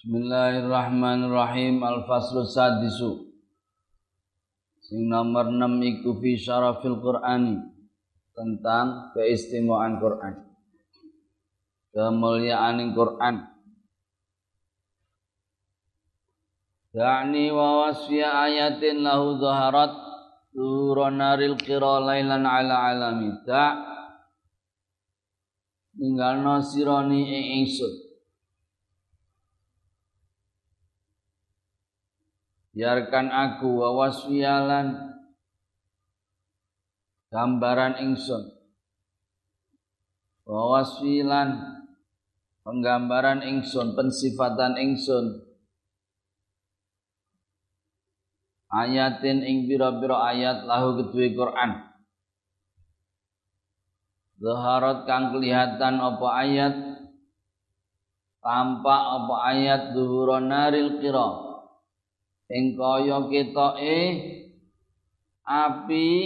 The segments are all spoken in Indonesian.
Bismillahirrahmanirrahim. Al-faslu sadisu. Sing nomor 6 iku fi syarafil Qur'ani, tentang keistimewaan Qur'an, kemuliaan Qur'an. Ya'ni wa wasfiya ayatin lahu zaharat turonaril qira lailan ala alami. Ninggalno sironi ing ingsun, biarkan aku wawaswialan gambaran ingsun, wawaswilan penggambaran ingsun, pensifatan ingsun, ayatin ing pira-pira ayat lahu kedue Quran, zaharat kang kelihatan apa ayat, tampak apa ayat, zuhuronaril qira ing kaya ketoke api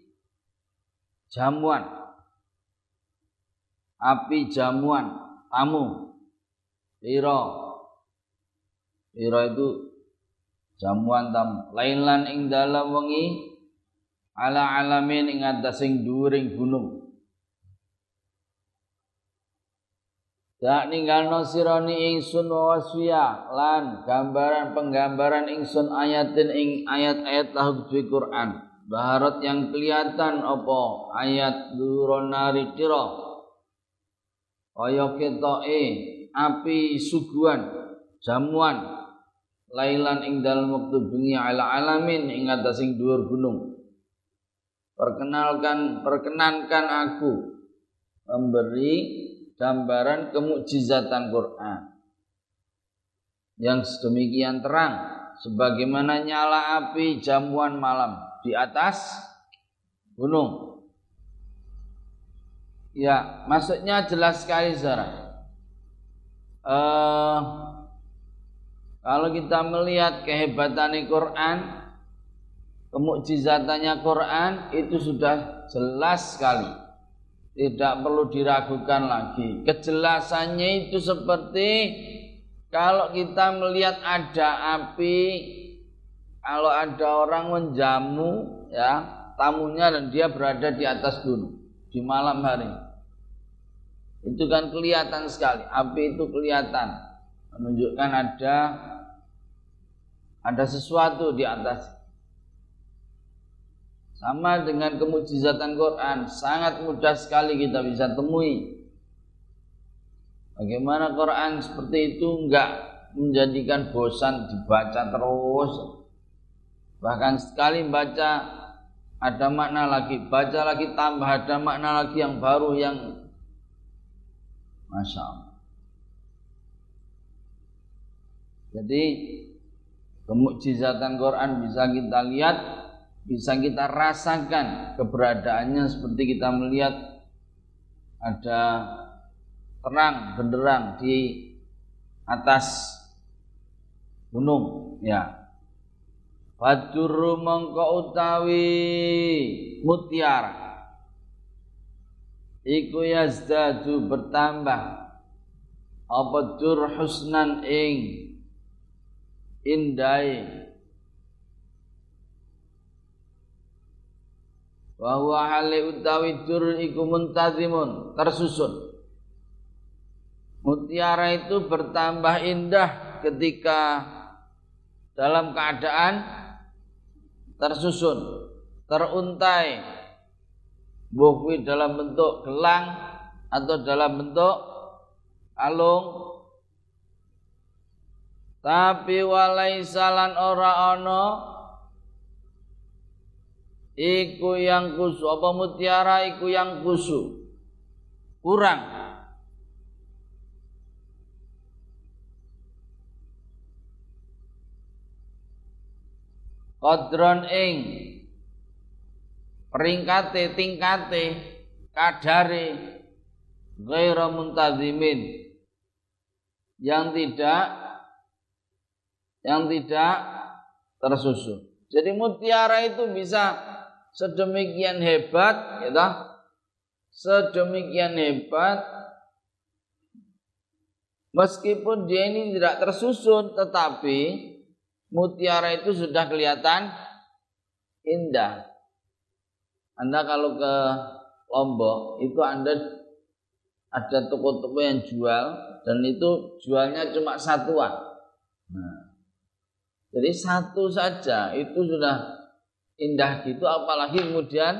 jamuan tamu. Pira itu jamuan tamu, lailan ing dalam wengi, ala alamin ing atasing dhuwuring gunung. Dak ninggalno sirani ingsun wasfiya lan penggambaran ingsun ayatin ing ayat-ayat lahu kedue Quran, baharat yang kelihatan apa ayat duronari qira kaya ketoke api suguhan jamuan, lailan ing dalem wektu bengi, ala alamin ing atasing dhuwur gunung. Perkenankan aku memberi gambaran kemukjizatan Quran yang sedemikian terang, sebagaimana nyala api jamuan malam di atas gunung. Ya, maksudnya jelas sekali, saudara. Kalau kita melihat kehebatan Quran, kemukjizatannya Quran, itu sudah jelas sekali, tidak perlu diragukan lagi. Kejelasannya itu seperti kalau kita melihat ada api, kalau ada orang menjamu ya tamunya dan dia berada di atas gunung di malam hari, itu kan kelihatan sekali. Api itu kelihatan, menunjukkan ada sesuatu di atas. Sama dengan kemukjizatan Quran, sangat mudah sekali kita bisa temui. Bagaimana Quran seperti itu enggak menjadikan bosan dibaca terus. Bahkan sekali baca ada makna lagi, baca lagi tambah ada makna lagi yang baru, yang Masya Allah. Jadi kemukjizatan Quran bisa kita lihat, bisa kita rasakan keberadaannya, seperti kita melihat ada terang benderang di atas gunung ya. Fadurru mongko utawi mutiara iku yazdadu bertambah apa dur husnan ing indai, wa huwa hale utawi dur iku muntazimun tersusun. Mutiara itu bertambah indah ketika dalam keadaan tersusun, teruntai, bukan dalam bentuk gelang atau dalam bentuk kalung. Tapi walaisalan ora ana iku yang kusu, apa mutiara iku yang kusu, kurang. Qadron ing peringkate, tingkate, kadare, ghairu muntazimin, yang tidak tersusun. Jadi mutiara itu bisa sedemikian hebat, sedemikian hebat Meskipun dia ini tidak tersusun, tetapi mutiara itu sudah kelihatan indah. Anda kalau ke Lombok itu Anda ada toko-toko yang jual dan itu jualnya cuma satuan. Nah, jadi satu saja itu sudah indah gitu, apalagi kemudian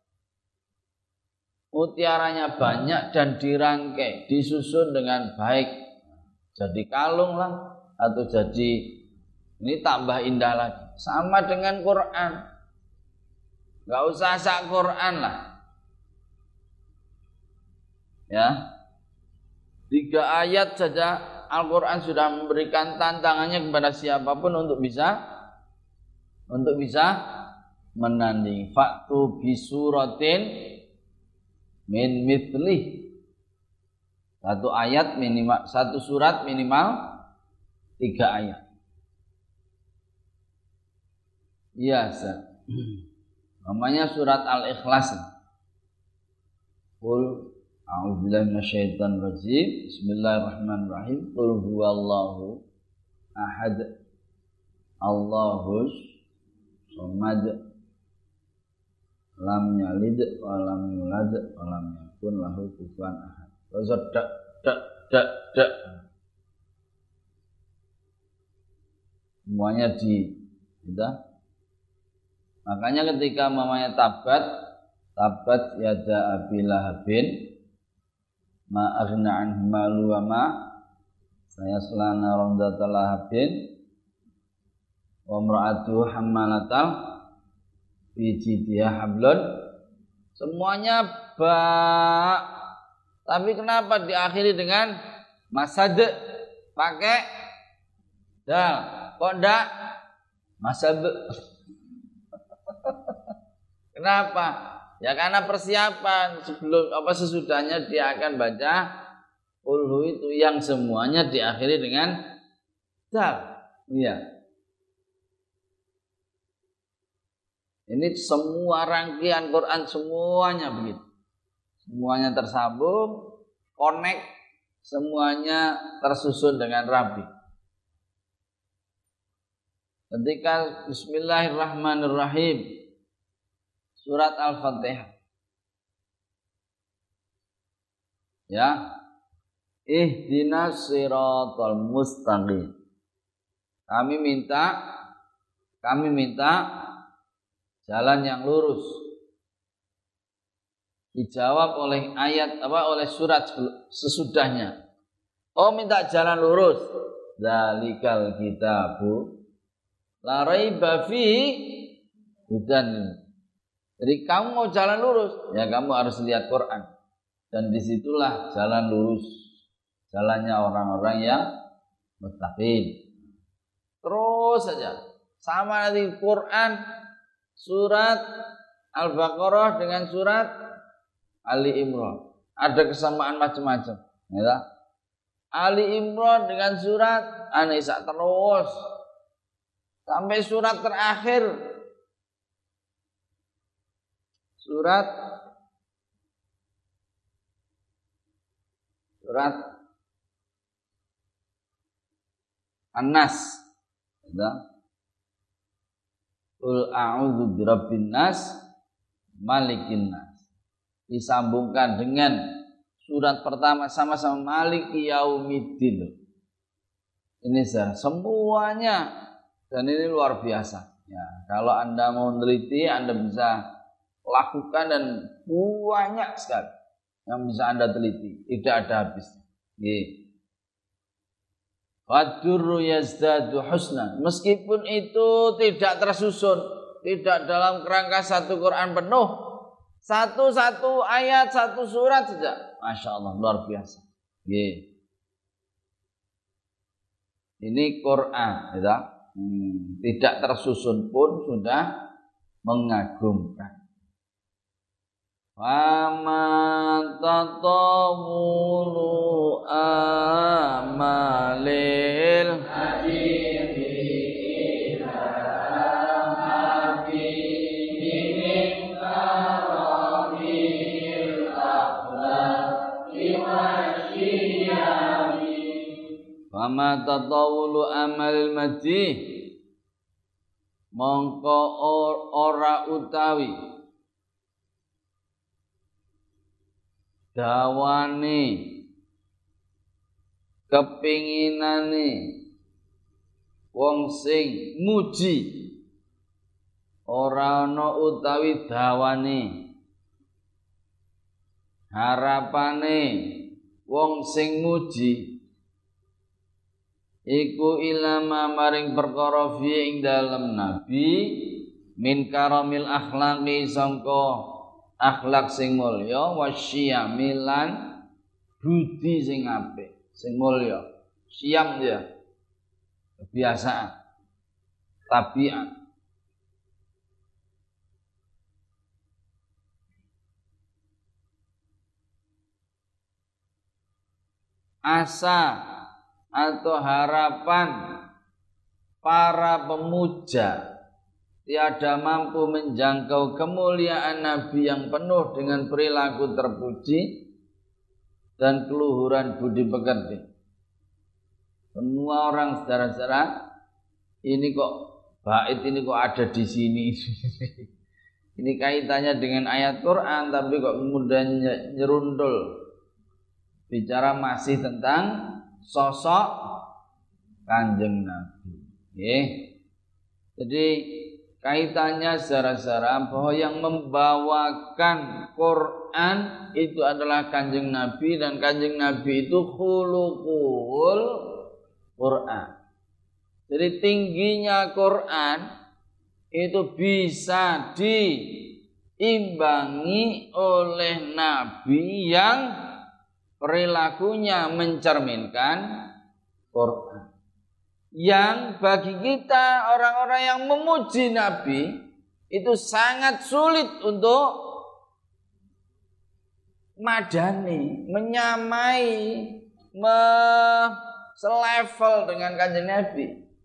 mutiaranya banyak dan dirangkai, disusun dengan baik. Jadi kalung lah atau jadi ini tambah indah lagi. Sama dengan Quran. Enggak usah sak Quran lah. Ya. 3 ayat saja Al-Quran sudah memberikan tantangannya kepada siapapun untuk bisa menandingi. Fa'tu bisuratin min mithlih. Satu ayat minimal, satu surat minimal 3 ayat. Iya, namanya surat Al-Ikhlas. Qul a'udzubillahi minasyaitonir rajim. Bismillahirrahmanirrahim. Qul huwallahu ahad. Allahus samad. Lam yalid wa lam yulad wa lam yakun lahu kufuwan ahad. Dak. Semuanya kita. Makanya ketika mamanya tabat yada Abi Lahabin ma aghna anhu malu wa ma sayasla naran dzatal lahabin wa imra'atuhu hammalatal fi jidha hablun, semuanya tapi kenapa diakhiri dengan masad pakai dal, kok ndak masad? Kenapa? Ya karena persiapan sebelum sesudahnya dia akan baca ulhu itu yang semuanya diakhiri dengan dal. Iya. Ini semua rangkaian Quran semuanya begitu. Semuanya tersambung, connect, semuanya tersusun dengan rapi. Ketika Bismillahirrahmanirrahim surat Al-Fatihah. Ya. Ihdinas siratal mustaqim. Kami minta jalan yang lurus. Dijawab oleh ayat oleh surat sesudahnya. Oh, minta jalan lurus. Dzalikal kitabu la raiba fihi hudan. Jadi kamu mau jalan lurus, ya kamu harus lihat Quran. Dan disitulah jalan lurus, jalannya orang-orang yang muttaqin. Terus saja, sama nanti Quran, surat Al-Baqarah dengan surat Ali Imran. Ada kesamaan macam-macam. Ya. Ali Imran dengan surat An-Nisa terus. Sampai surat terakhir. Surat An-Nas. Qul a'udzu birabbin nas malikin nas. Disambungkan dengan surat pertama sama-sama Maliki Yaumiddin. Ini semuanya dan ini luar biasa. Ya, kalau Anda mau meneliti, Anda bisa lakukan dan banyak sekali yang bisa Anda teliti, tidak ada habisnya. Qadru yazdadu husna. Meskipun itu tidak tersusun, tidak dalam kerangka satu Quran penuh, satu ayat, satu surat saja, Masya Allah, luar biasa. Ini Quran, ya. Tidak tersusun pun sudah mengagumkan. Wa tatamulu amalil fama tatawulu amalil madih mongko ora utawi dawane kepinginane wong sing muji ora ana utawi dawane harapane wong sing muji iku ilama maring perkara fi ing dalem nabi min karamil akhlaqi sangka akhlak sing mulya wasyamilan budi sing apik sing mulya siam ya kebiasaan tabiat asa atau harapan para pemuja tiada mampu menjangkau kemuliaan Nabi yang penuh dengan perilaku terpuji dan keluhuran budi pekerti. Semua orang saudara-saudara ini kok bait ini kok ada di sini. Ini kaitannya dengan ayat Quran tapi kok kemudian nyerundul bicara masih tentang sosok Kanjeng Nabi. Jadi kaitannya saudara-saudara bahwa yang membawakan Quran itu adalah Kanjeng Nabi dan Kanjeng Nabi itu khuluqul Quran. Jadi tingginya Quran itu bisa diimbangi oleh Nabi yang perilakunya mencerminkan Quran. Yang bagi kita orang-orang yang memuji Nabi itu sangat sulit untuk madani, menyamai, selevel dengan Kanjeng Nabi.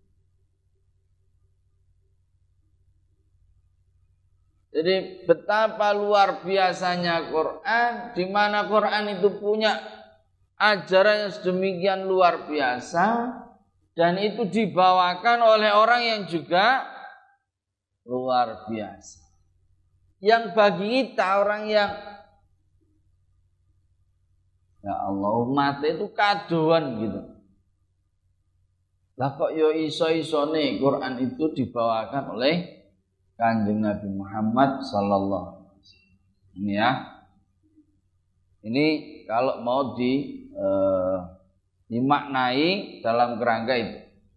Jadi betapa luar biasanya Quran, di mana Quran itu punya ajaran yang sedemikian luar biasa dan itu dibawakan oleh orang yang juga luar biasa. Yang bagi kita orang yang ya Allah umat itu kadoan gitu. Lah kok yo iso-isone Quran itu dibawakan oleh Kanjeng Nabi Muhammad sallallahu alaihi wasallam. Ini ya. Ini kalau mau dimaknai dalam kerangka itu.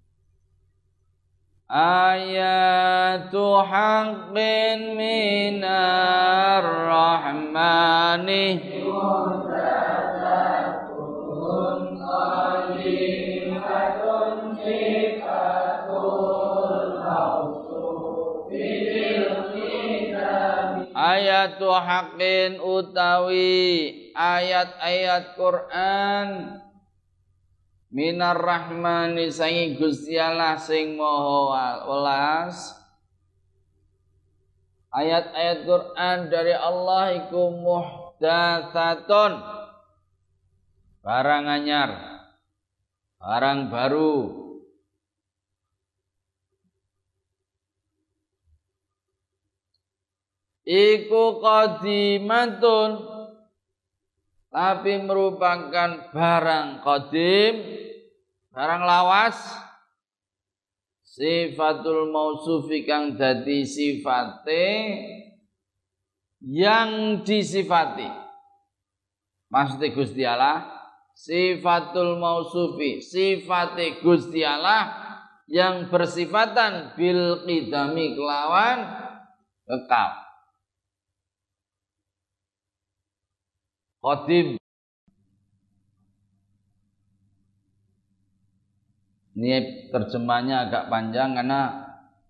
Ayatu haqqin minar rahmani muhdathatun qadimatun sifatul ayatu haqqin utawi ayat-ayat Quran minar rahmani sangi Gusti Allah sing maha welas. Ayat-ayat Quran dari Allah iku muhdatsatun barang anyar, barang baru. Iku qadimatun tapi merupakan barang qadim, barang lawas. Sifatul mausufi kang dadi sifate yang disifati. Maksudnya Gusti Allah, sifatul mausufi, sifate Gusti Allah yang bersifatan bil qidami kelawan kekal. Qadim. Ini terjemahnya agak panjang karena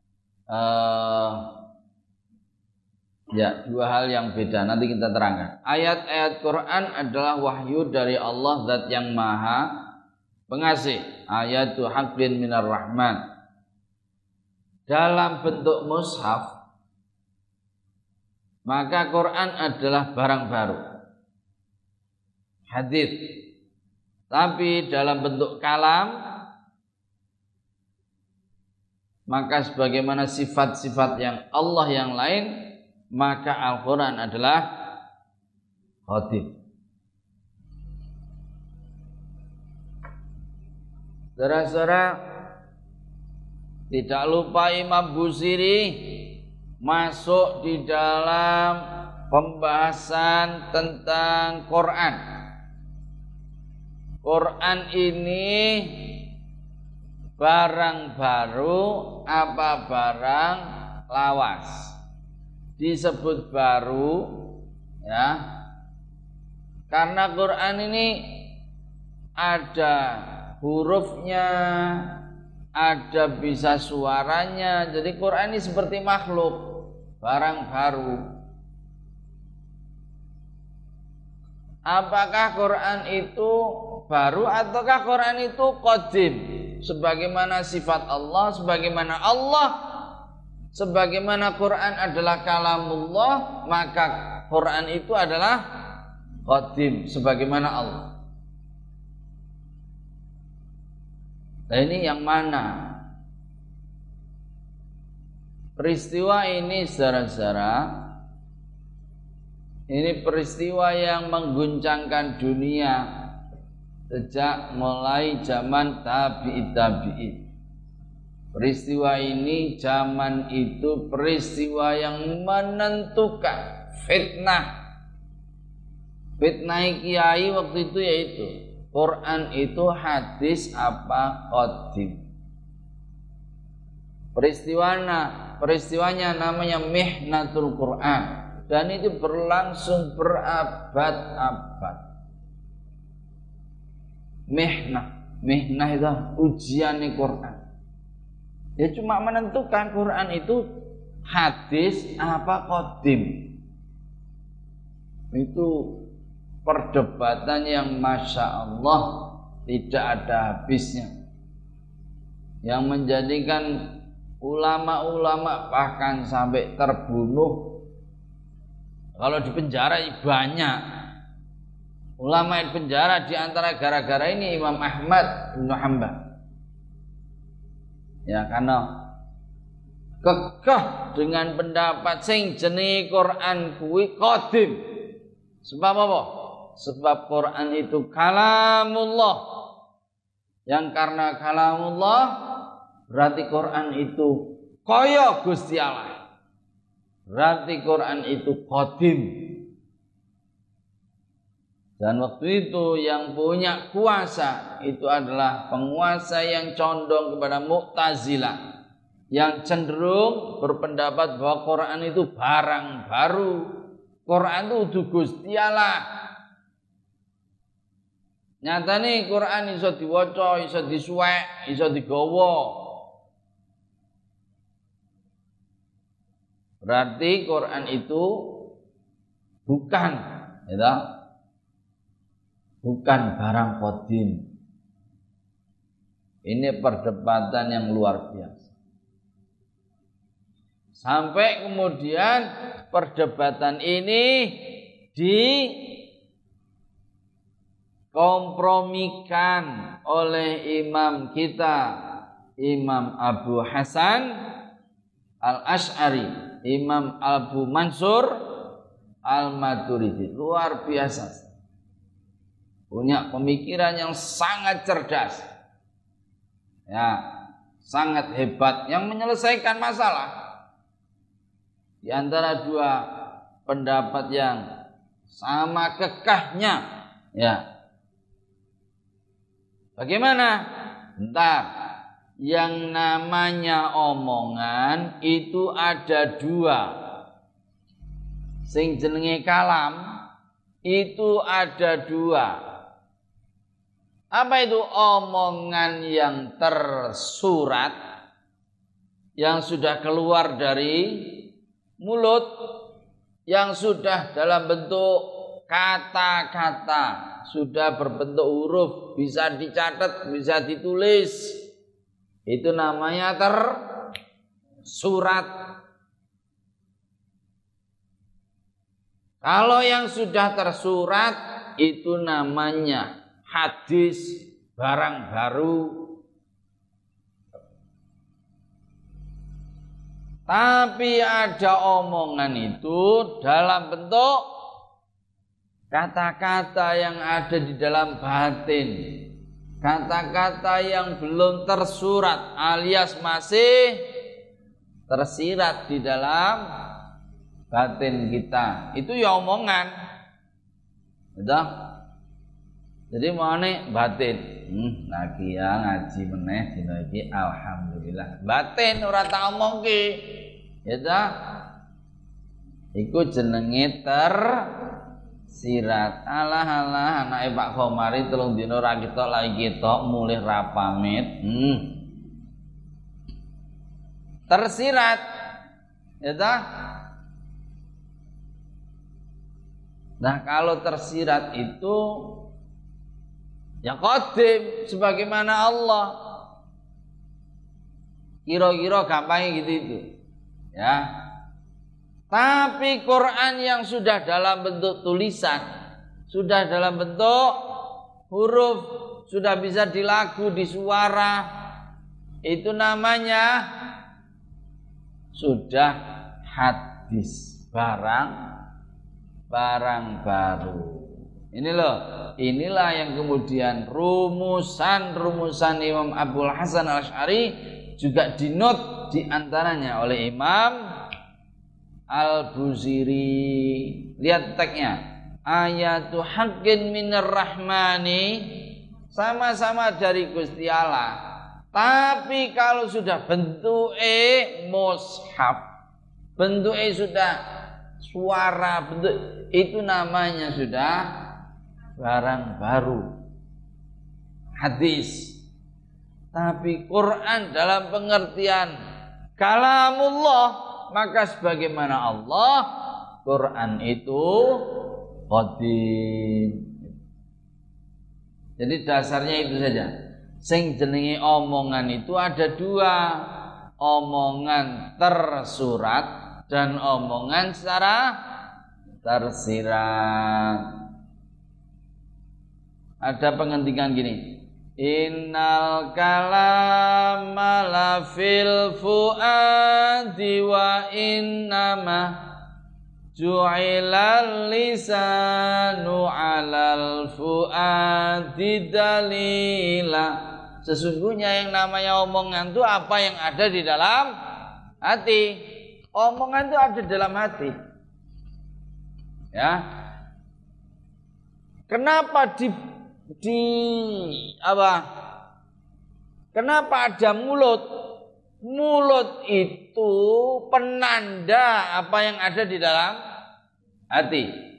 ya dua hal yang beda. Nanti kita terangkan. Ayat-ayat Quran adalah wahyu dari Allah Zat yang Maha Pengasih. Ayatu haqqin minar rahman. Dalam bentuk mushaf, maka Quran adalah barang baru. Hadits. Tapi dalam bentuk kalam maka sebagaimana sifat-sifat yang Allah yang lain, maka Al-Quran adalah khatim. Saudara-saudara, tidak lupa Imam Busiri masuk di dalam pembahasan tentang Quran. Quran ini barang baru apa barang lawas? Disebut baru ya, karena Quran ini ada hurufnya, ada bisa suaranya. Jadi Quran ini seperti makhluk, barang baru. Apakah Quran itu baru ataukah Quran itu qadim? Sebagaimana sifat Allah, sebagaimana Quran adalah kalamullah, maka Quran itu adalah qadim sebagaimana Allah. Nah, ini yang mana? Peristiwa ini saudara-saudara, ini peristiwa yang mengguncangkan dunia sejak mulai zaman tabi'in. Peristiwa ini zaman itu peristiwa yang menentukan, fitnah kiai waktu itu, yaitu Quran itu hadis apa qadim. Peristiwanya namanya Mihnatul Quran, dan itu berlangsung berabad-abad. Mihnah itu ujian Quran. Dia cuma menentukan Quran itu hadis apa qadim. Itu perdebatan yang Masya Allah tidak ada habisnya, yang menjadikan ulama-ulama bahkan sampai terbunuh. Kalau di penjara banyak ulama di penjara, di antara gara-gara ini Imam Ahmad bin Hanbal. Ya, karena kekeh dengan pendapat sing jenenge Quran kuwi qadim. Sebab apa? Sebab Quran itu kalamullah. Yang karena kalamullah berarti Quran itu kaya Gusti Allah. Berarti Quran itu qadim. Dan waktu itu yang punya kuasa itu adalah penguasa yang condong kepada Mu'tazilah, yang cenderung berpendapat bahwa Quran itu barang baru. Quran itu udah Gusti Allah. Nyatane Quran iso diwaca, iso disuwek, iso digawa. Berarti Quran itu bukan, ya, bukan barang qadim. Ini perdebatan yang luar biasa. Sampai kemudian perdebatan ini dikompromikan oleh imam kita, Imam Abu Hasan Al-Asy'ari, Imam Abu Mansur Al-Maturidi. Luar biasa, punya pemikiran yang sangat cerdas, ya, sangat hebat, yang menyelesaikan masalah. Di antara dua pendapat yang sama kekahnya, ya. Bagaimana? Bentar. Yang namanya omongan itu ada dua. Sing jenenge kalam itu ada dua. Apa itu? Omongan yang tersurat, yang sudah keluar dari mulut, yang sudah dalam bentuk kata-kata, sudah berbentuk huruf, bisa dicatat, bisa ditulis. Itu namanya tersurat. Kalau yang sudah tersurat itu namanya hadis, barang baru. Tapi ada omongan itu dalam bentuk kata-kata yang ada di dalam batin, kata-kata yang belum tersurat alias masih tersirat di dalam batin kita. Itu ya omongan. Betul? Jadi mana batin? Lagi ya ngaji meneh dina iki alhamdulillah. Batin ora tak omongke. Ya ta? Iku jenenge tersirat. Alah anake Pak Khomari 3 dina ora ketok lagi ketok mulih ra pamit. Tersirat. Ya ta? Nah, kalau tersirat itu ya qadim sebagaimana Allah. Kira-kira gampangnya gitu itu. Ya. Tapi Quran yang sudah dalam bentuk tulisan, sudah dalam bentuk huruf, sudah bisa dilagu, di suara, itu namanya sudah hadis, barang baru. Ini loh, inilah yang kemudian rumusan Imam Abul Hasan Al-Asy'ari juga dinot diantaranya oleh Imam Al-Buziri. Lihat teksnya, ayatu haqqin minar rahmani, sama-sama dari Gusti Allah. Tapi kalau sudah bentuke mushaf, bentuke sudah suara, bentuk itu namanya sudah barang baru, hadis. Tapi Quran dalam pengertian kalamullah, maka sebagaimana Allah, Quran itu qadim. Jadi dasarnya itu saja. Sing jenenge omongan itu ada dua, omongan tersurat dan omongan secara tersirat. Ada penghentikan gini, innal kalama la fil fuadi wa innama ju'ilal lisanu 'alal fuadi dalila. Sesungguhnya yang namanya omongan itu apa yang ada di dalam hati. Omongan itu ada dalam hati. Ya. Kenapa Kenapa ada mulut? Mulut itu penanda apa yang ada di dalam hati.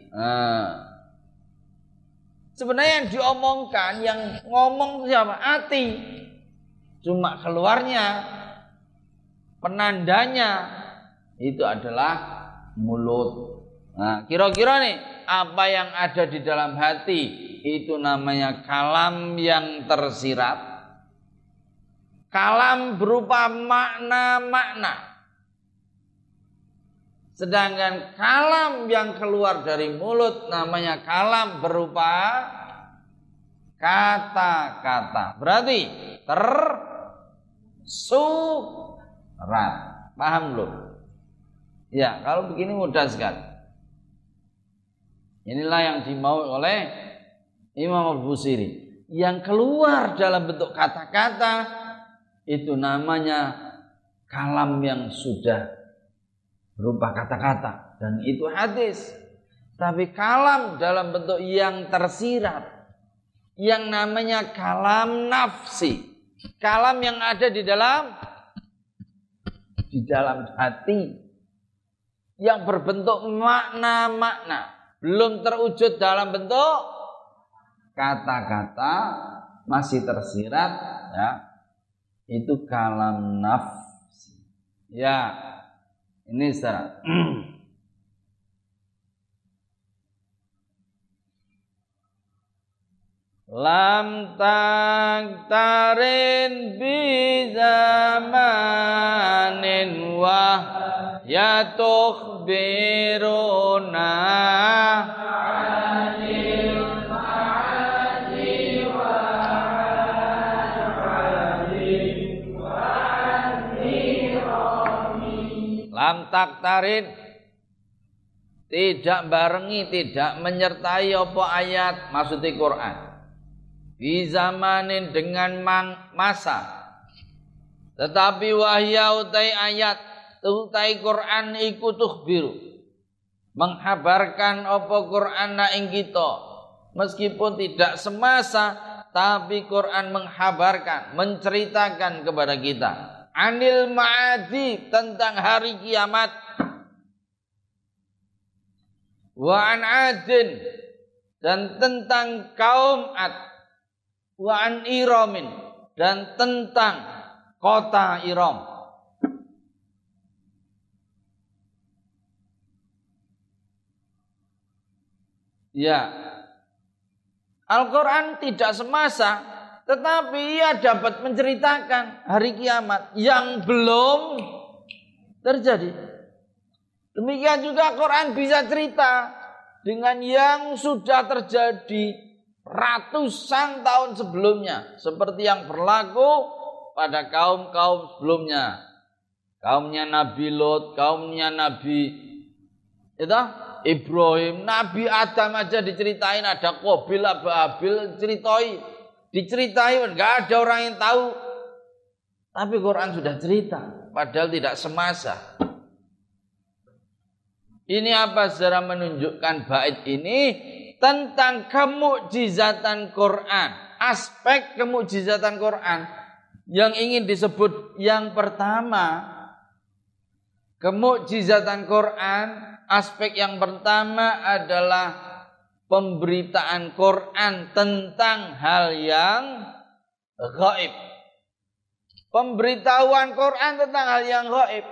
Sebenarnya yang diomongkan, yang ngomong siapa? Hati. Cuma keluarnya, penandanya itu adalah mulut. Nah, kira-kira nih apa yang ada di dalam hati itu namanya kalam yang tersirat. Kalam berupa makna-makna. Sedangkan kalam yang keluar dari mulut namanya kalam berupa kata-kata. Berarti tersurat. Paham belum? Ya, kalau begini mudah sekali. Inilah yang dimau oleh Imam Al-Busiri. Yang keluar dalam bentuk kata-kata itu namanya kalam yang sudah berupa kata-kata, dan itu hadis. Tapi kalam dalam bentuk yang tersirat, yang namanya kalam nafsi, kalam yang ada di dalam hati, yang berbentuk makna-makna, belum terwujud dalam bentuk kata-kata, masih tersirat, ya, itu kalam nafsi. Ya, ini secara lam taktarin bi zamanin wa ya tukhbiruna lam taktarin, tidak barengi, tidak menyertai apa ayat maksudnya Quran. Di zamanin dengan masa. Tetapi wahya utai ayat utai Quran iku tukhbiru, menghabarkan apa Quran na ing kita. Meskipun tidak semasa, tapi Quran menghabarkan, menceritakan kepada kita anil ma'adi, tentang hari kiamat, wa an adin, dan tentang kaum Ad, wa an Iramin, dan tentang kota Iram. Ya, Al-Quran tidak semasa, tetapi ia dapat menceritakan hari kiamat yang belum terjadi. Demikian juga Quran bisa cerita dengan yang sudah terjadi ratusan tahun sebelumnya, seperti yang berlaku pada kaum-kaum sebelumnya. Kaumnya Nabi Lot, kaumnya Nabi Ibrahim, Nabi Adam aja diceritain, ada Qabil, Habil, diceritain, enggak ada orang yang tahu. Tapi Quran sudah cerita, padahal tidak semasa. Ini apa? Secara menunjukkan bait ini tentang kemukjizatan Quran, aspek kemukjizatan Quran yang ingin disebut. Yang pertama, kemukjizatan Quran, aspek yang pertama adalah pemberitaan Quran tentang hal yang gaib. Pemberitahuan Quran tentang hal yang gaib.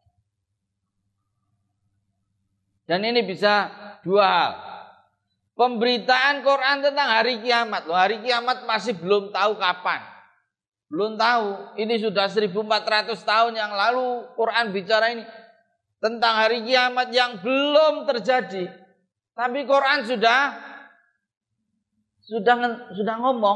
Dan ini bisa dua hal. Pemberitaan Quran tentang hari kiamat. Loh, hari kiamat masih belum tahu kapan. Belum tahu. Ini sudah 1400 tahun yang lalu Quran bicara ini tentang hari kiamat yang belum terjadi. Tapi Quran sudah ngomong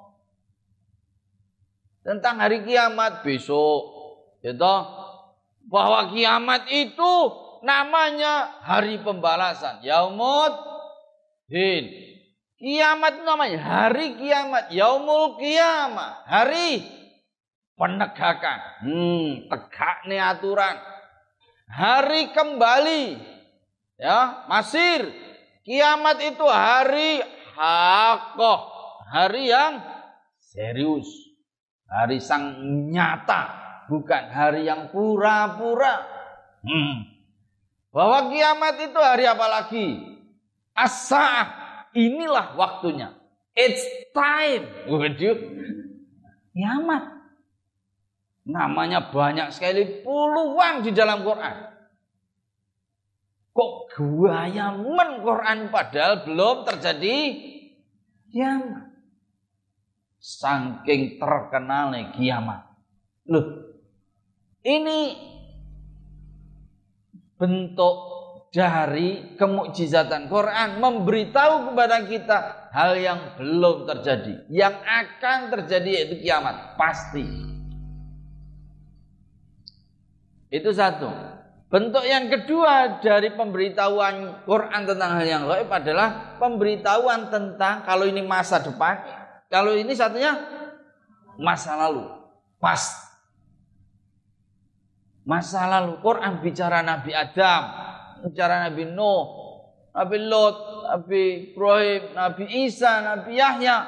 tentang hari kiamat besok. Gitu. Bahwa kiamat itu namanya hari pembalasan, Yaumud Din. Kiamat namanya hari kiamat, Yaumul Qiyamah, hari penegakan. Tegakne aturan. Hari kembali. Ya, masir. Kiamat itu hari haqqah, hari yang serius. Hari sang nyata, bukan hari yang pura-pura. Bahwa kiamat itu hari apa lagi? As-sa'ah, inilah waktunya. It's time. Waduh. Kiamat. Namanya banyak sekali, puluhan di dalam Quran. Kok gayamen Quran padahal belum terjadi kiamat. Saking terkenalnya kiamat. Loh, ini bentuk dari kemukjizatan Quran, memberitahu kepada kita hal yang belum terjadi, yang akan terjadi, yaitu kiamat pasti. Itu satu. Bentuk yang kedua dari pemberitahuan Quran tentang hal yang gaib adalah pemberitahuan tentang, kalau ini masa depan, kalau ini satunya masa lalu. Pas masa lalu. Quran bicara Nabi Adam, bicara Nabi Nuh, Nabi Lot, Nabi Ibrahim, Nabi Isa, Nabi Yahya.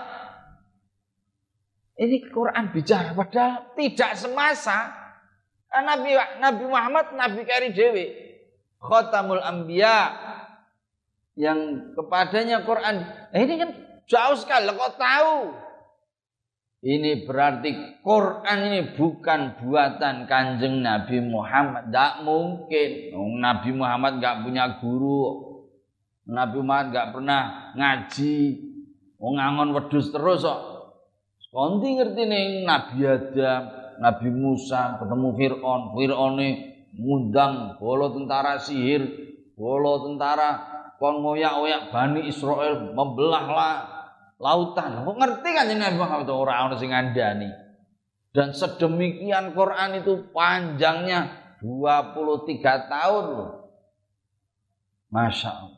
Ini Quran bicara padahal tidak semasa. Nabi Muhammad, Nabi kari dewe, Khatamul Anbiya, yang kepadanya Quran. Ini kan jauh sekali, kok tahu? Ini berarti Quran ini bukan buatan Kanjeng Nabi Muhammad. Tidak mungkin. Nabi Muhammad gak punya guru. Nabi Muhammad gak pernah ngaji. Ngangon wedhus terus kok. Konti ngerti nih Nabi Adam, Nabi Musa ketemu Fir'aun. Fir'aun ini ngundang bolo tentara sihir, bolo tentara kon ngoyak-oyak Bani Israel, membelahlah lautan. Kok ngerti kan Nabi Muhammad orang sing ngandani. Dan sedemikian Quran itu panjangnya 23 tahun loh. Masya Allah.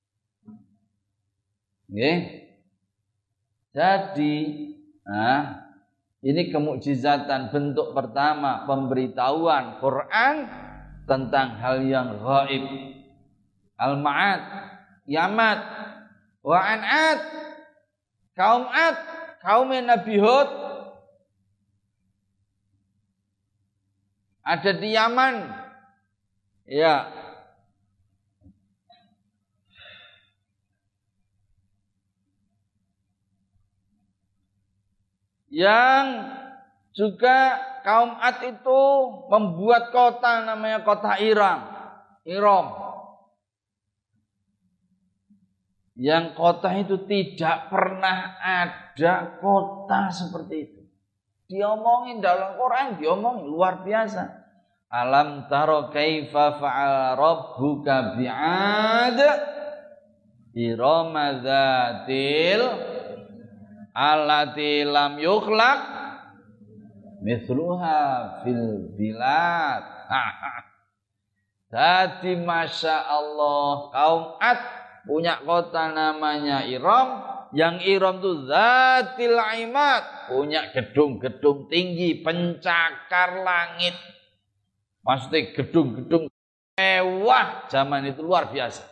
Nggih. Jadi, ini kemukjizatan bentuk pertama pemberitahuan Quran tentang hal yang gaib. Al-Ma'ad, Yamat, wa An'ad, kaum Ad, kaum Nabi Hud ada di Yaman. Ya. Yang juga kaum Ad itu membuat kota namanya kota Iram. Yang kota itu tidak pernah ada kota seperti itu. Diomongin dalam Quran, diomongin luar biasa. Alam taro kaifa fa'ala rabbuka bi'ad Irama dzatil allati lam yukhlaq mithluha fil bilad. Jadi Masya Allah, kaum Ad punya kota namanya Iram. Yang Iram itu Zatil Imad, punya gedung-gedung tinggi, pencakar langit. Maksudnya gedung-gedung mewah zaman itu luar biasa.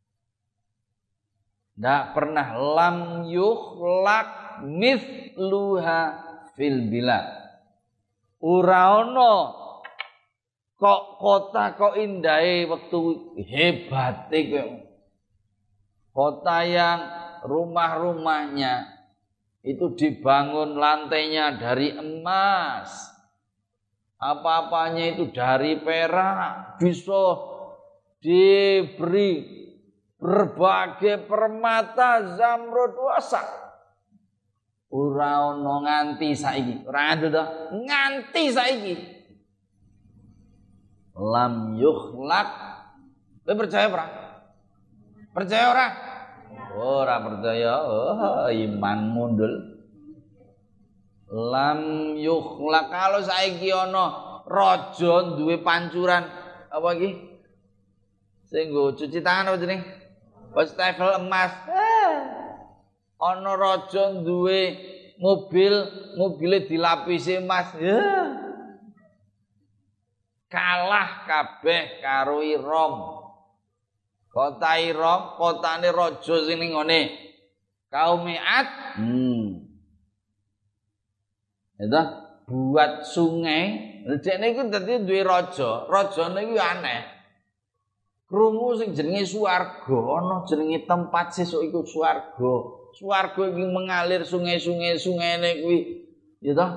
Tidak pernah lam yukhlaq mithluha fil bilad. Ora ono kok kota kok indahe wektu hebate kowe. Kota yang rumah-rumahnya itu dibangun lantainya dari emas. Apa-apanya itu dari perak, bisa diberi berbagai permata zamrud wasak. Ora ono nganti saiki. Ora ada dah nganti saiki. Lam yukhlaq. Kowe percaya ora? Percaya ora? Ora percaya. Oh, iman mundul. Lam yukhlaq. Kalau saiki ana raja duwe pancuran apa iki? Sing nggo cuci tangan apa jenenge? Wastafel emas. Ana raja duwe mobile dilapisi emas. Kalah kabeh karo Iram. Kota Iram, kotane raja sing ning ngene kaum Ad. Itu buat sungai. Dekne iki dadi duwe raja. Rajane iki aneh. Krungu sing jenenge swarga, ana jenenge tempat sesuk iku swarga. Swarga iki mengalir sungai-sungai-sungaine kuwi. Ya toh?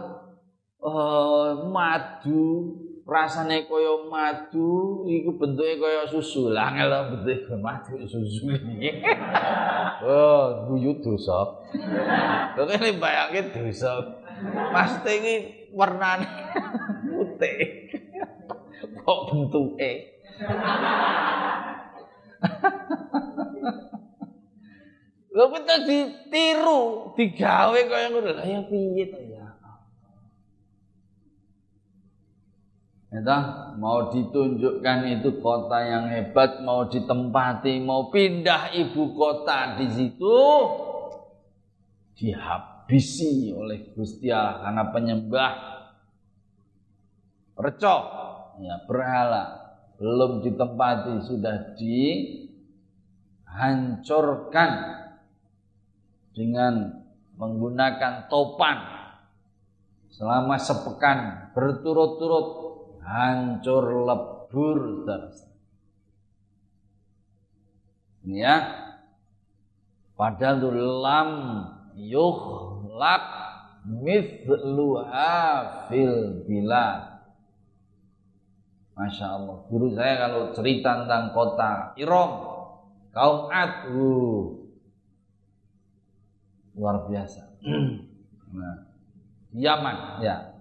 Madu, rasane kaya madu, iku bentuke kaya susu. Lah ngel bentuke madu susu iki. Oh, guyu dosa. Kok ngene bayake dosa. Pasti iki warnane putih. Kok bentuke? Lho kita ditiru, digawe kaya ngono. Lah ya piye to ya? Entah mau ditunjukkan itu kota yang hebat, mau ditempati, mau pindah ibu kota di situ dihabisi oleh Gusti Allah karena penyembah reco, ya berhala. Belum ditempati sudah dihancurkan dengan menggunakan topan selama sepekan berturut-turut, hancur lebur terus. Ini ya, padahal lam yukhlaq mithluha fil bilad. Masya Allah, guru saya kalau cerita tentang kota Iram, kaum Ad, luar biasa. Nah, Yaman, ya.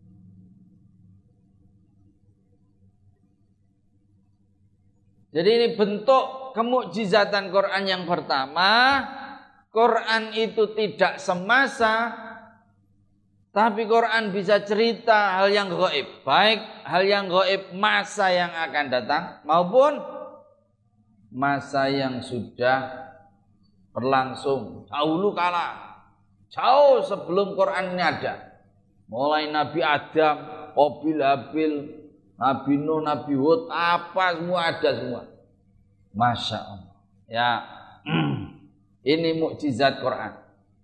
Jadi ini bentuk kemukjizatan Quran yang pertama. Quran itu tidak semasa, Tapi Quran bisa cerita hal yang gaib, baik hal yang gaib masa yang akan datang maupun masa yang sudah berlangsung dahulu kala, jauh sebelum Quran ini ada. Mulai Nabi Adam, Qabil, Habil, Nabi Nuh, Nabi Hud, apa semua ada semua. Masya Allah. Ya, ini mukjizat Quran.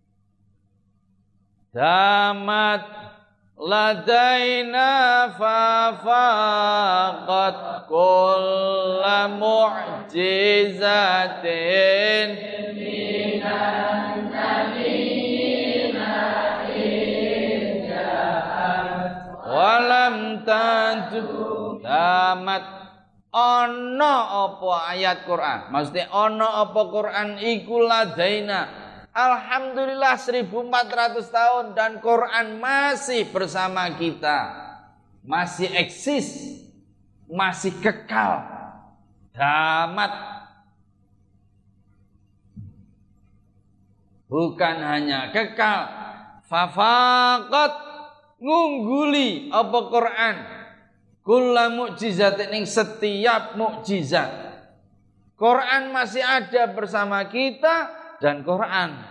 Damat ladaina fafaqat kulla mu'jizatin minan nabiyina idja'at walam tadu. Damat ono apa ayat Quran, maksudnya ono apa Quran iku ladaina. Alhamdulillah 1400 tahun dan Quran masih bersama kita, masih eksis, masih kekal. Damat. Bukan hanya kekal, fafaqat ngungguli apa Quran kulla mukjizatin, ing setiap mukjizat. Quran masih ada bersama kita dan Quran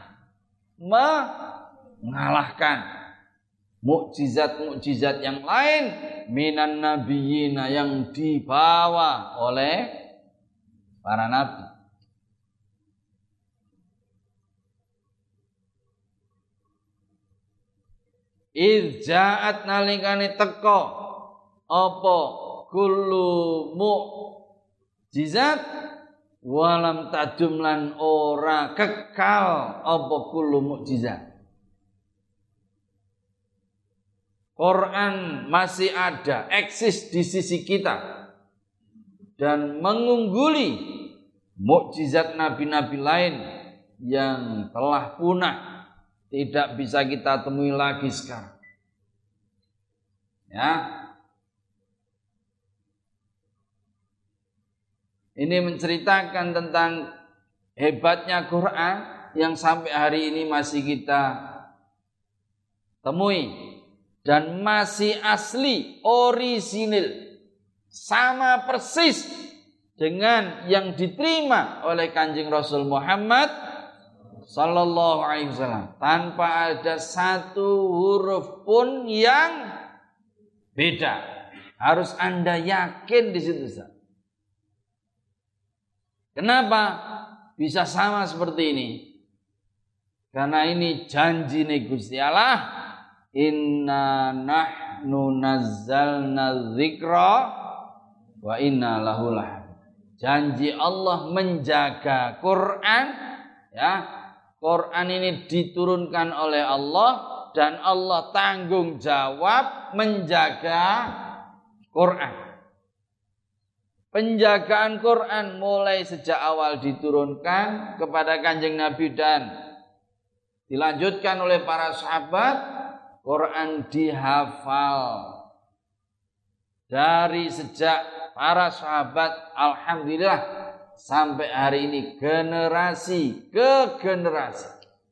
mengalahkan mukjizat-mukjizat yang lain minan nabiyina yang dibawa oleh para nabi. Idja'at nalikane teko apa kullu mukjizat walam tadum lan ora kekal apa kullu mukjizat. Quran masih ada, eksis di sisi kita dan mengungguli mukjizat nabi-nabi lain yang telah punah, tidak bisa kita temui lagi sekarang. Ya. Ini menceritakan tentang hebatnya Quran yang sampai hari ini masih kita temui dan masih asli, orisinil, sama persis dengan yang diterima oleh Kanjeng Rasul Muhammad sallallahu alaihi wasallam, tanpa ada satu huruf pun yang beda. Harus Anda yakin di situ, Ustaz. Kenapa bisa sama seperti ini? Karena ini janji Gusti Allah, inna nahnu nazzalna dzikra wa inna lahu lahafidz. Janji Allah menjaga Quran, ya. Quran ini diturunkan oleh Allah dan Allah tanggung jawab menjaga Quran. Penjagaan Quran mulai sejak awal diturunkan kepada Kanjeng Nabi dan dilanjutkan oleh para sahabat. Quran dihafal dari sejak para sahabat, alhamdulillah, sampai hari ini generasi ke generasi.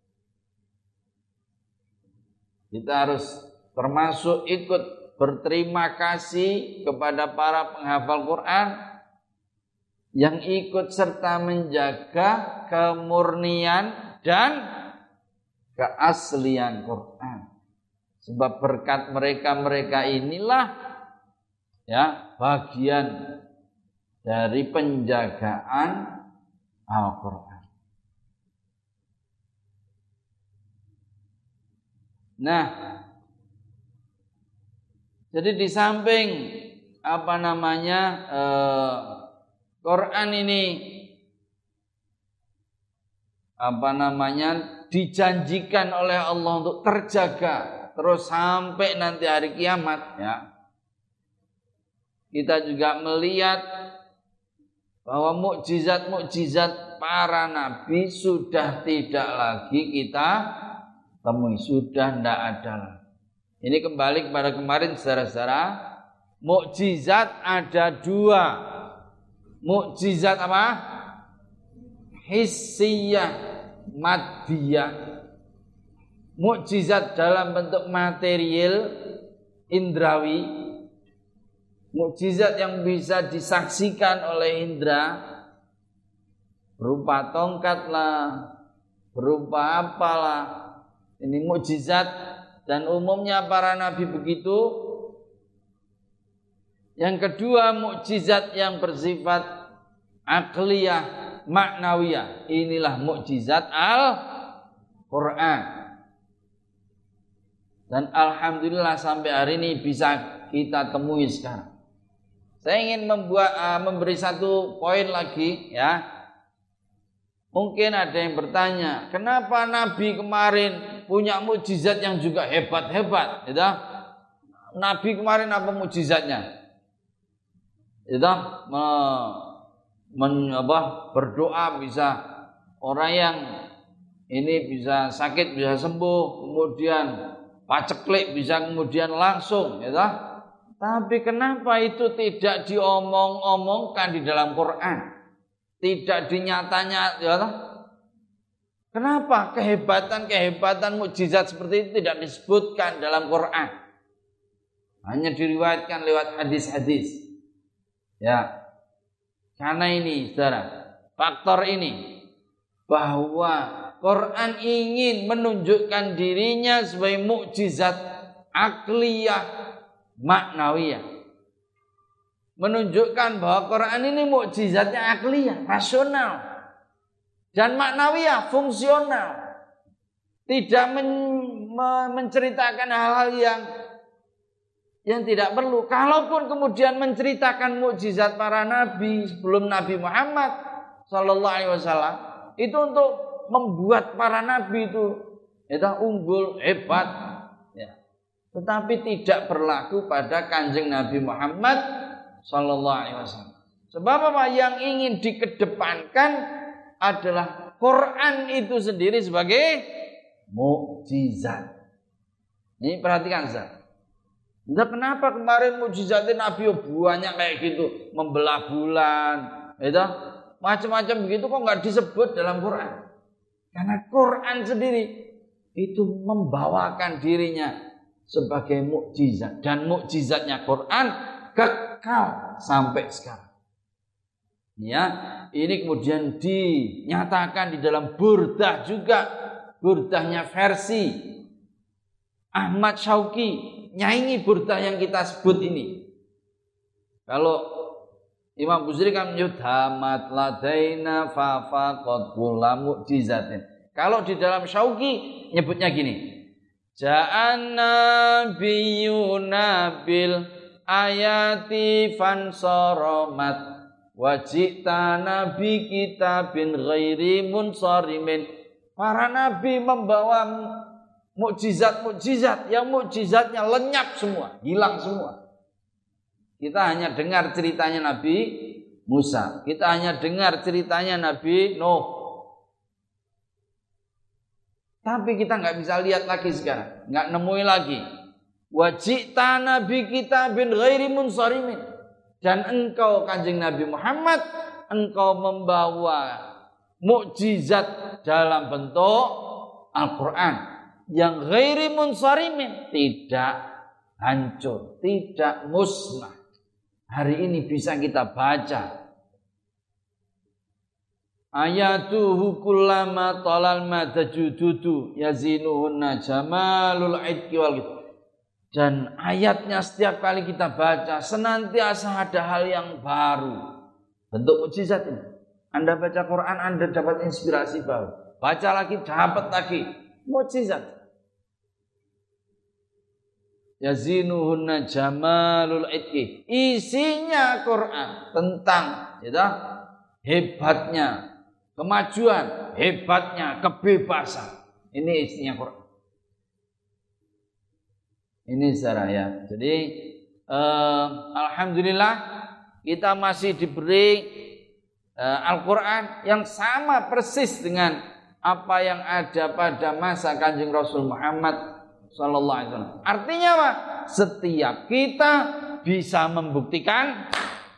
Kita harus termasuk ikut berterima kasih kepada para penghafal Quran yang ikut serta menjaga kemurnian dan keaslian Quran. Sebab berkat mereka inilah, ya, bagian dari penjagaan Al-Quran. Nah, jadi di samping Quran ini dijanjikan oleh Allah untuk terjaga terus sampai nanti hari kiamat, ya. Kita juga melihat bahwa mukjizat-mukjizat para nabi sudah tidak lagi kita temui, sudah tidak ada lagi. Ini kembali kepada kemarin, saudara-saudara. Mukjizat ada dua. Mukjizat apa? Hissiyah, maddiyah. mukjizat dalam bentuk material indrawi, mukjizat yang bisa disaksikan oleh indra, berupa tongkat lah, berupa apalah, ini mukjizat dan umumnya para nabi begitu. Yang kedua, mukjizat yang bersifat akliyah, maknawiyah. Inilah mukjizat Al-Quran. Dan alhamdulillah sampai hari ini bisa kita temui sekarang. Saya ingin memberi satu poin lagi ya. Mungkin ada yang bertanya, kenapa Nabi kemarin punya mukjizat yang juga hebat-hebat? Gitu? Nabi kemarin apa mukjizatnya? Itu berdoa bisa, orang yang ini bisa sakit bisa sembuh, kemudian paceklik bisa kemudian langsung, gitu. Tapi kenapa itu tidak diomong-omongkan di dalam Quran? Tidak dinyatanya, ya. Kenapa kehebatan mukjizat seperti itu tidak disebutkan dalam Quran? Hanya diriwayatkan lewat hadis-hadis. Ya. Karena ini, saudara, faktor ini bahwa Quran ingin menunjukkan dirinya sebagai mukjizat akliyah, maknawiyah. Menunjukkan bahwa Quran ini mukjizatnya akliyah, rasional, dan maknawiyah, fungsional. Tidak menceritakan hal-hal yang tidak perlu. Kalaupun kemudian menceritakan mukjizat para nabi sebelum Nabi Muhammad SAW, itu untuk membuat para nabi itu unggul, hebat. Ya. Tetapi tidak berlaku pada kanjeng Nabi Muhammad SAW. Sebab apa? Yang ingin dikedepankan adalah Quran itu sendiri sebagai mukjizat. Ini perhatikan Ustaz. Entah kenapa kemarin mukjizatnya Nabi banyak kayak gitu, membelah bulan, macam-macam begitu kok nggak disebut dalam Quran? Karena Quran sendiri itu membawakan dirinya sebagai mukjizat, dan mukjizatnya Quran kekal sampai sekarang. Ya, ini kemudian dinyatakan di dalam Burdah juga, Burdahnya versi Ahmad Syauqi, nyanyi Burdah yang kita sebut ini. Kalau Imam Busiri kan menyebut hamat ladaina fa faqad kula mu'jizatin. Kalau di dalam Syauqi nyebutnya gini. Ja'an nabiyyuna bil ayati fansaramat wajita nabi kitabin ghairi munsarimin. Para nabi membawa mukjizat-mukjizat yang mukjizatnya lenyap semua, hilang semua. Kita hanya dengar ceritanya Nabi Musa, kita hanya dengar ceritanya Nabi Nuh. Tapi kita nggak bisa lihat lagi sekarang, nggak nemui lagi. Wajita nabi kita bin ghairi munsarimin. Dan engkau kanjeng Nabi Muhammad, engkau membawa mukjizat dalam bentuk Al-Quran yang ghairi munsarimin, tidak hancur, tidak musnah. Hari ini bisa kita baca. Ayatuhu kullama talal madajududu yazinuhunna jamalul idki wal. Dan ayatnya setiap kali kita baca senantiasa ada hal yang baru. Bentuk mukjizat ini. Anda baca Quran, Anda dapat inspirasi baru. Baca lagi, dapat lagi mukjizat. Yazinuhunna jamalul idki. Isinya Quran tentang hebatnya kemajuan, hebatnya kebebasan. Ini isinya Quran. Ini saudara ya. Jadi alhamdulillah kita masih diberi Al-Quran yang sama persis dengan apa yang ada pada masa Kanjeng Rasul Muhammad Sallallahu Alaihi Wasallam. Artinya apa? Setiap kita bisa membuktikan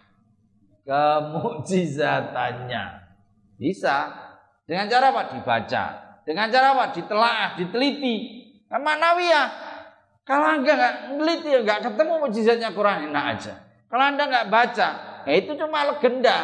kemukjizatannya. Bisa. Dengan cara apa? Dibaca. Dengan cara apa? Ditelaah, diteliti. Ma'nawiyah. Kalau Anda nggak neliti, nggak ketemu mukjizatnya Quran, enak aja. Kalau Anda nggak baca, ya itu cuma legenda.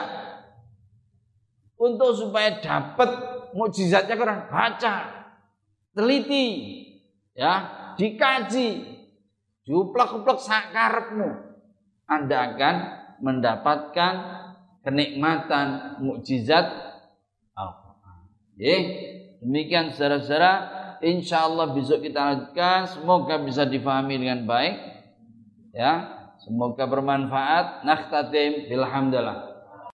Untuk supaya dapat mukjizatnya Quran, baca, teliti, ya, dikaji, diuplek-uplek sakarepmu. Anda akan mendapatkan kenikmatan mukjizat Al-Quran. Demikian saudara-saudara, insyaallah besok kita lanjutkan. Semoga bisa difahami dengan baik. Ya, semoga bermanfaat. Nakhtatim bilhamdulillah.